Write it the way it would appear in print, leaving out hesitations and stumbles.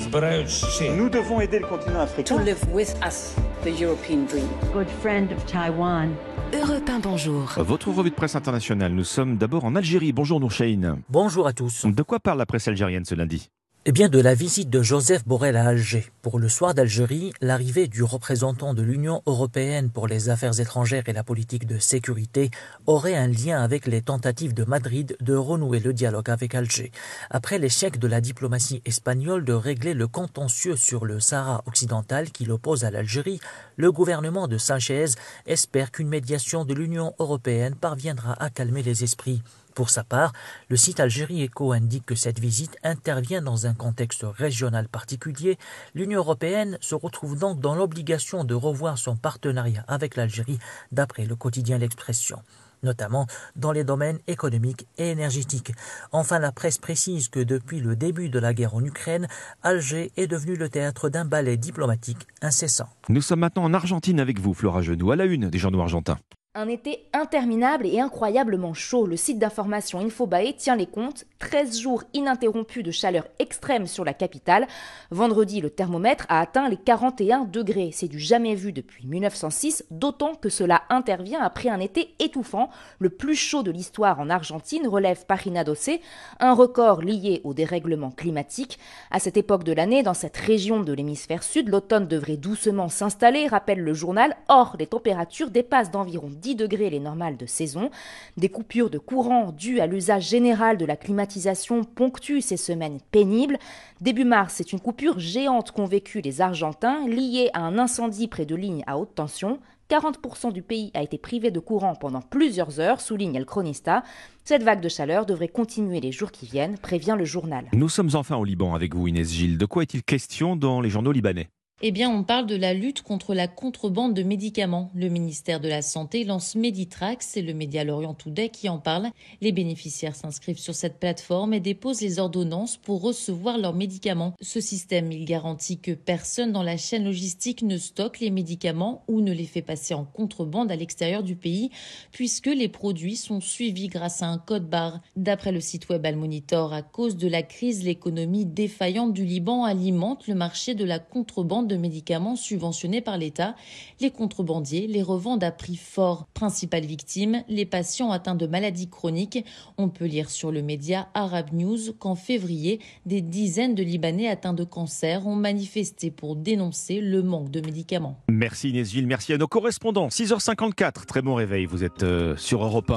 Nous devons aider le continent africain. To live with us, the European dream. Good friend of Taiwan. Europe 1, bonjour. Votre revue de presse internationale, nous sommes d'abord en Algérie. Bonjour Nourcheine. Bonjour à tous. De quoi parle la presse algérienne ce lundi ? Eh bien, de la visite de Joseph Borrell à Alger. Pour le soir d'Algérie, l'arrivée du représentant de l'Union européenne pour les affaires étrangères et la politique de sécurité aurait un lien avec les tentatives de Madrid de renouer le dialogue avec Alger. Après l'échec de la diplomatie espagnole de régler le contentieux sur le Sahara occidental qui l'oppose à l'Algérie, le gouvernement de Sanchez espère qu'une médiation de l'Union européenne parviendra à calmer les esprits. Pour sa part, le site Algérie Echo indique que cette visite intervient dans un contexte régional particulier. L'Union européenne se retrouve donc dans l'obligation de revoir son partenariat avec l'Algérie, d'après le quotidien L'Expression, notamment dans les domaines économiques et énergétiques. Enfin, la presse précise que depuis le début de la guerre en Ukraine, Alger est devenu le théâtre d'un ballet diplomatique incessant. Nous sommes maintenant en Argentine avec vous, Flora Genoux, à la une des journaux argentins. Un été interminable et incroyablement chaud. Le site d'information Infobae tient les comptes. 13 jours ininterrompus de chaleur extrême sur la capitale. Vendredi, le thermomètre a atteint les 41 degrés. C'est du jamais vu depuis 1906, d'autant que cela intervient après un été étouffant. Le plus chaud de l'histoire en Argentine, relève Página 12, un record lié au dérèglement climatique. À cette époque de l'année, dans cette région de l'hémisphère sud, l'automne devrait doucement s'installer, rappelle le journal. Or, les températures dépassent d'environ 10 degrés les normales de saison. Des coupures de courant dues à l'usage général de la climatisation ponctuent ces semaines pénibles. Début mars, c'est une coupure géante qu'ont vécu les Argentins, liée à un incendie près de lignes à haute tension. 40% du pays a été privé de courant pendant plusieurs heures, souligne El Cronista. Cette vague de chaleur devrait continuer les jours qui viennent, prévient le journal. Nous sommes enfin au Liban avec vous, Inès Gilles. De quoi est-il question dans les journaux libanais ? Eh bien, on parle de la lutte contre la contrebande de médicaments. Le ministère de la Santé lance Meditrax, c'est le média Lorient Today qui en parle. Les bénéficiaires s'inscrivent sur cette plateforme et déposent les ordonnances pour recevoir leurs médicaments. Ce système, il garantit que personne dans la chaîne logistique ne stocke les médicaments ou ne les fait passer en contrebande à l'extérieur du pays, puisque les produits sont suivis grâce à un code barre. D'après le site web Al Monitor, à cause de la crise, l'économie défaillante du Liban alimente le marché de la contrebande de médicaments subventionnés par l'État. Les contrebandiers les revendent à prix fort. Principales victimes, les patients atteints de maladies chroniques. On peut lire sur le média Arab News qu'en février, des dizaines de Libanais atteints de cancer ont manifesté pour dénoncer le manque de médicaments. Merci Inès Gilles, merci à nos correspondants. 6h54, très bon réveil, vous êtes sur Europe 1.